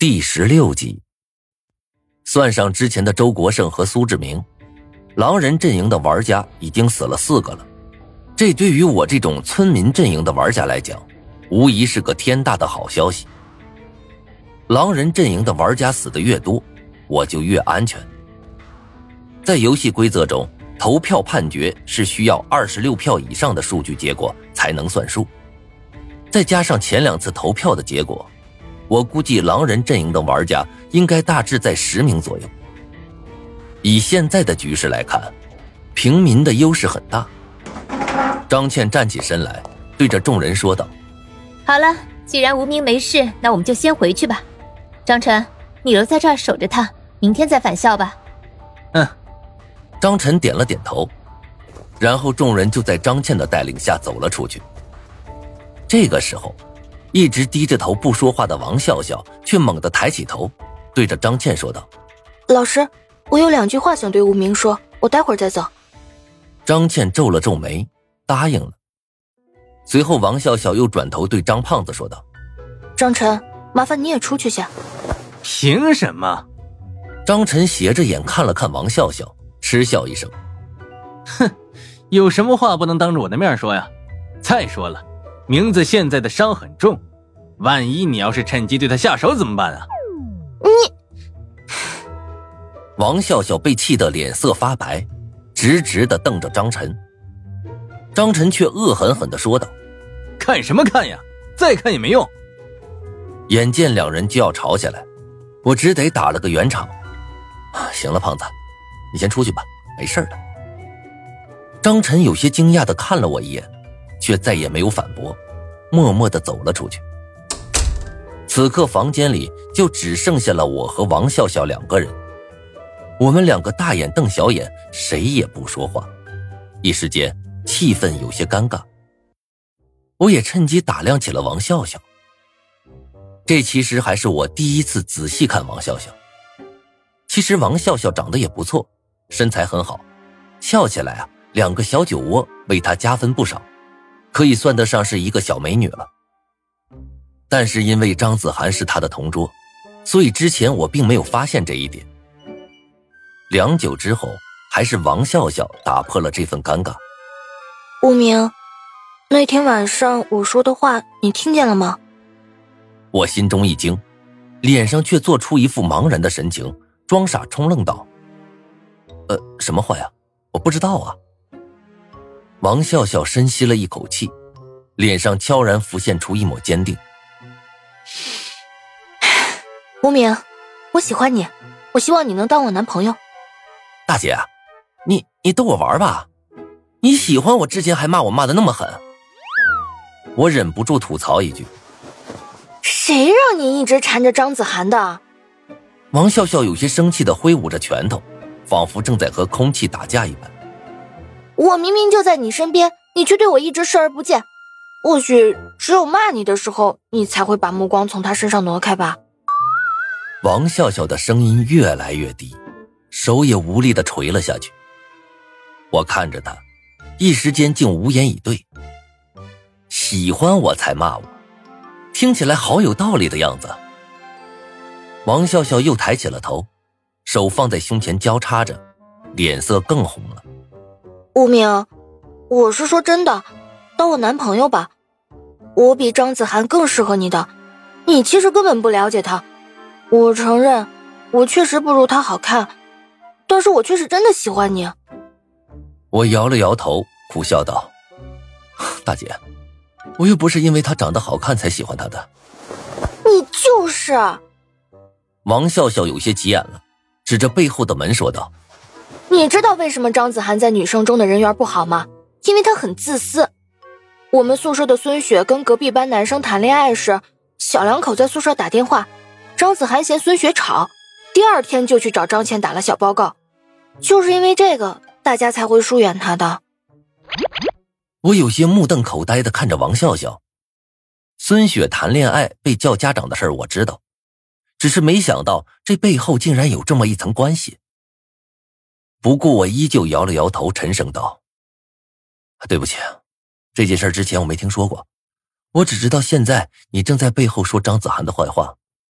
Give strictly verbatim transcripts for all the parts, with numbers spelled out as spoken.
第十六集。算上之前的周国胜和苏志明，狼人阵营的玩家已经死了四个了。这对于我这种村民阵营的玩家来讲，无疑是个天大的好消息。狼人阵营的玩家死得越多，我就越安全。在游戏规则中，投票判决是需要二十六票以上的数据结果才能算数，再加上前两次投票的结果，我估计狼人阵营的玩家应该大致在十名左右。以现在的局势来看，平民的优势很大。张倩站起身来，对着众人说道： 好了，既然无名没事，那我们就先回去吧。张晨，你留在这儿守着他，明天再返校吧。 嗯。张晨点了点头，然后众人就在张倩的带领下走了出去。这个时候，一直低着头不说话的王笑笑却猛地抬起头，对着张倩说道： 老师，我有两句话想对无名说，我待会儿再走。 张倩皱了皱眉，答应了。随后王笑笑又转头对张胖子说道： 张晨，麻烦你也出去下。 凭什么？ 张晨斜着眼看了看王笑笑，嗤笑一声： 哼，有什么话不能当着我的面说呀？再说了，名字现在的伤很重，万一你要是趁机对他下手怎么办啊？ 你…… 王笑笑被气得脸色发白，直直地瞪着张晨。张晨却恶狠狠地说道： 看什么看呀，再看也没用。 眼见两人就要吵起来，我只得打了个圆场。行了，胖子，你先出去吧，没事的。张晨有些惊讶地看了我一眼，却再也没有反驳，默默地走了出去。此刻房间里就只剩下了我和王笑笑两个人，我们两个大眼瞪小眼，谁也不说话，一时间气氛有些尴尬。我也趁机打量起了王笑笑，这其实还是我第一次仔细看王笑笑。其实王笑笑长得也不错，身材很好，笑起来啊，两个小酒窝为她加分不少，可以算得上是一个小美女了。但是因为张子涵是她的同桌，所以之前我并没有发现这一点。良久之后，还是王笑笑打破了这份尴尬。 无名，那天晚上我说的话你听见了吗？ 我心中一惊，脸上却做出一副茫然的神情，装傻充愣道：呃，什么话呀？我不知道啊。王笑笑深吸了一口气，脸上悄然浮现出一抹坚定。 无名，我喜欢你，我希望你能当我男朋友。 大姐，你你逗我玩吧？你喜欢我之前还骂我骂得那么狠。我忍不住吐槽一句： 谁让你一直缠着张子涵的？ 王笑笑有些生气地挥舞着拳头，仿佛正在和空气打架一般。 我明明就在你身边，你却对我一直视而不见。或许只有骂你的时候，你才会把目光从他身上挪开吧。 王笑笑的声音越来越低，手也无力地垂了下去。我看着他，一时间竟无言以对。喜欢我才骂我，听起来好有道理的样子。王笑笑又抬起了头，手放在胸前交叉着，脸色更红了。 无名，我是说真的，当我男朋友吧。我比张子涵更适合你的，你其实根本不了解他。我承认，我确实不如他好看，但是我却是真的喜欢你。 我摇了摇头，苦笑道：大姐，我又不是因为他长得好看才喜欢他的。 你就是。 王笑笑有些急眼了，指着背后的门说道： 你知道为什么张子涵在女生中的人缘不好吗？因为他很自私。我们宿舍的孙雪跟隔壁班男生谈恋爱时，小两口在宿舍打电话，张子涵嫌孙雪吵，第二天就去找张倩打了小报告。就是因为这个，大家才会疏远他的。 我有些目瞪口呆地看着王笑笑。孙雪谈恋爱被叫家长的事我知道，只是没想到这背后竟然有这么一层关系。不过我依旧摇了摇头，沉声道：对不起，这件事之前我没听说过，我只知道现在你正在背后说张子涵的坏话，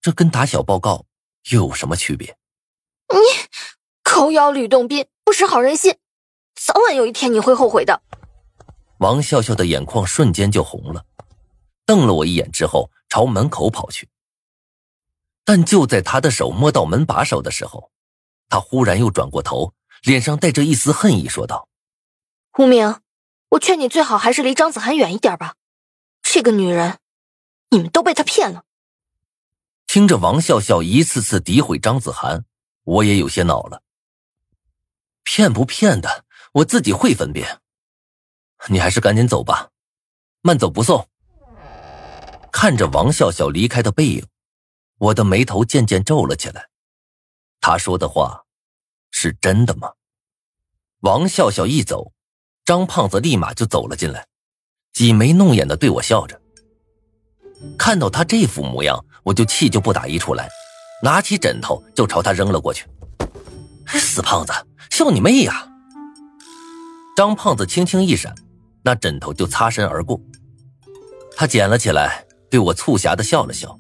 这跟打小报告又有什么区别？ 你狗咬吕洞宾，不识好人心，早晚有一天你会后悔的。 王笑笑的眼眶瞬间就红了，瞪了我一眼之后朝门口跑去。但就在他的手摸到门把手的时候，他忽然又转过头，脸上带着一丝恨意说道： 无名，我劝你最好还是离张子涵远一点吧，这个女人你们都被她骗了。 听着王笑笑一次次诋毁张子涵，我也有些恼了。骗不骗的我自己会分辨，你还是赶紧走吧，慢走不送。看着王笑笑离开的背影，我的眉头渐渐皱了起来。他说的话是真的吗？王笑笑一走，张胖子立马就走了进来，挤眉弄眼地对我笑着。看到他这副模样，我就气就不打一处来，拿起枕头就朝他扔了过去。死胖子，笑你妹呀！张胖子轻轻一闪，那枕头就擦身而过。他捡了起来，对我促狭地笑了笑。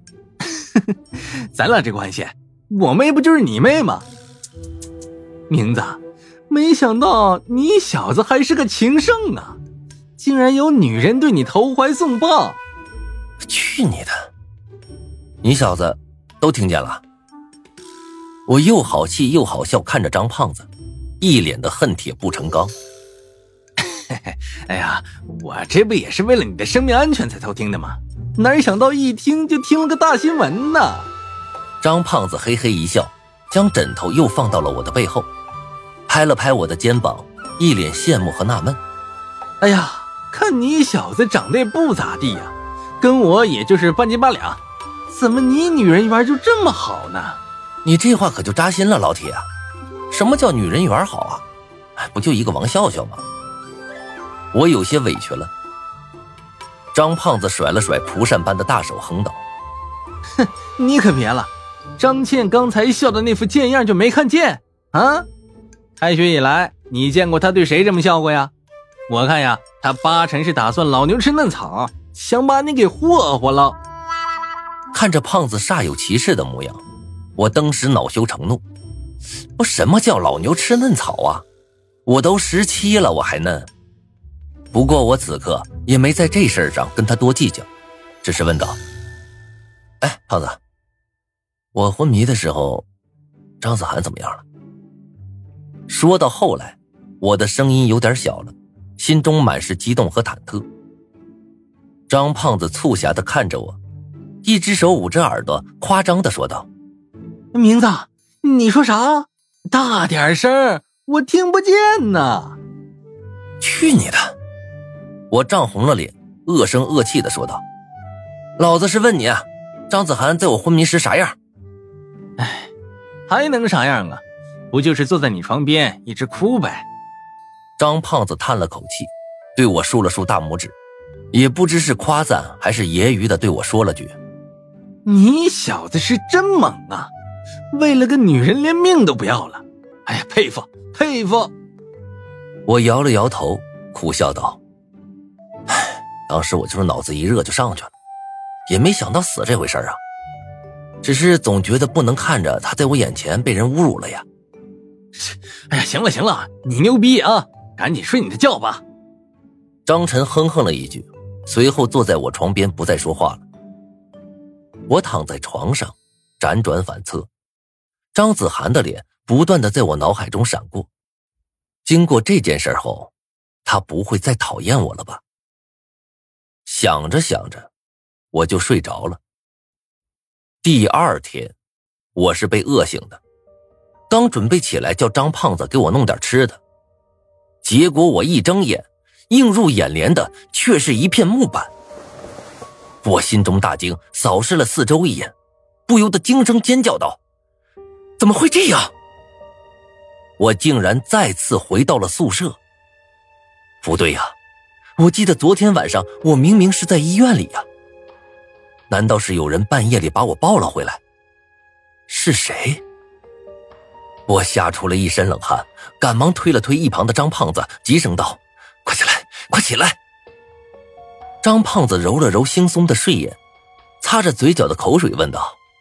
咱俩这关系，我妹不就是你妹吗？名字，没想到你小子还是个情圣啊，竟然有女人对你投怀送抱。 去你的！你小子都听见了？我又好气又好笑看着张胖子，一脸的恨铁不成钢。 哎呀，我这不也是为了你的生命安全才偷听的吗？哪想到一听就听了个大新闻呢。 张胖子嘿嘿一笑，将枕头又放到了我的背后，拍了拍我的肩膀，一脸羡慕和纳闷。 哎呀，看你小子长得也不咋地呀，跟我也就是半斤八两，怎么你女人缘就这么好呢？ 你这话可就扎心了，老铁啊！什么叫女人缘好啊？不就一个王笑笑吗？我有些委屈了。张胖子甩了甩蒲扇般的大手，哼道： 哼，你可别了，张倩刚才笑的那副贱样就没看见啊？开学以来你见过他对谁这么笑过呀？我看呀，他八成是打算老牛吃嫩草，想把你给霍霍了。 看着胖子煞有其事的模样，我当时恼羞成怒。我什么叫老牛吃嫩草啊？我都十七了，我还嫩。不过我此刻也没在这事上跟他多计较，只是问道：哎，胖子，我昏迷的时候张子涵怎么样了？说到后来，我的声音有点小了，心中满是激动和忐忑。张胖子促狭地看着我，一只手捂着耳朵，夸张地说道： 名字，你说啥？大点声，我听不见呢。 去你的！我涨红了脸，恶声恶气地说道：老子是问你啊，张子涵在我昏迷时啥样？ 哎，还能啥样啊？不就是坐在你床边一直哭呗。 张胖子叹了口气，对我竖了竖大拇指，也不知是夸赞还是揶揄的对我说了句： 你小子是真猛啊，为了个女人连命都不要了。哎呀，佩服佩服。 我摇了摇头，苦笑道：唉，当时我就是脑子一热就上去了，也没想到死这回事啊，只是总觉得不能看着他在我眼前被人侮辱了呀。 哎呀，行了行了，你牛逼啊，赶紧睡你的觉吧。 张晨哼哼了一句，随后坐在我床边不再说话了。我躺在床上辗转反侧，张子涵的脸不断地在我脑海中闪过。经过这件事后，他不会再讨厌我了吧？想着想着，我就睡着了。第二天，我是被饿醒的，刚准备起来叫张胖子给我弄点吃的，结果我一睁眼，映入眼帘的却是一片木板。我心中大惊，扫视了四周一眼，不由得惊声尖叫道：怎么会这样？我竟然再次回到了宿舍。不对呀，我记得昨天晚上我明明是在医院里呀，难道是有人半夜里把我抱了回来？是谁？我吓出了一身冷汗，赶忙推了推一旁的张胖子，急声道：快起来，快起来！张胖子揉了揉惺忪的睡眼，擦着嘴角的口水问道：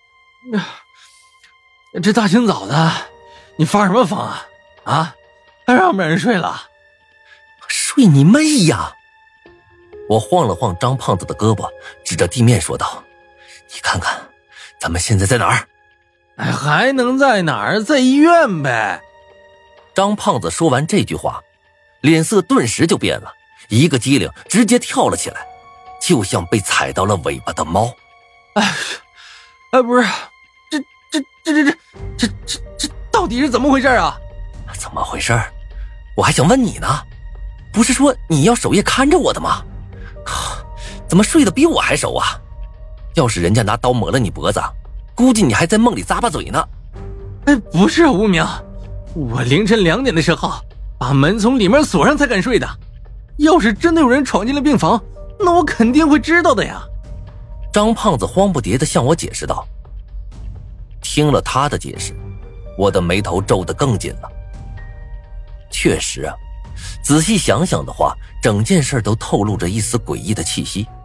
这大清早的，你发什么疯啊？啊，还让不让人睡了？ 睡你妹呀！我晃了晃张胖子的胳膊，指着地面说道：“你看看，咱们现在在哪儿？” 哎，还能在哪儿？在医院呗。 张胖子说完这句话，脸色顿时就变了，一个机灵直接跳了起来，就像被踩到了尾巴的猫。 哎，哎，不是，这这这这这这这这到底是怎么回事啊？ 怎么回事？我还想问你呢，不是说你要守夜看着我的吗？靠，怎么睡得比我还熟啊？要是人家拿刀抹了你脖子，估计你还在梦里咂巴嘴呢。 哎，不是无名，我凌晨两点的时候把门从里面锁上才敢睡的。要是真的有人闯进了病房，那我肯定会知道的呀。 张胖子慌不迭地向我解释道。听了他的解释，我的眉头皱得更紧了。确实啊，仔细想想的话，整件事都透露着一丝诡异的气息。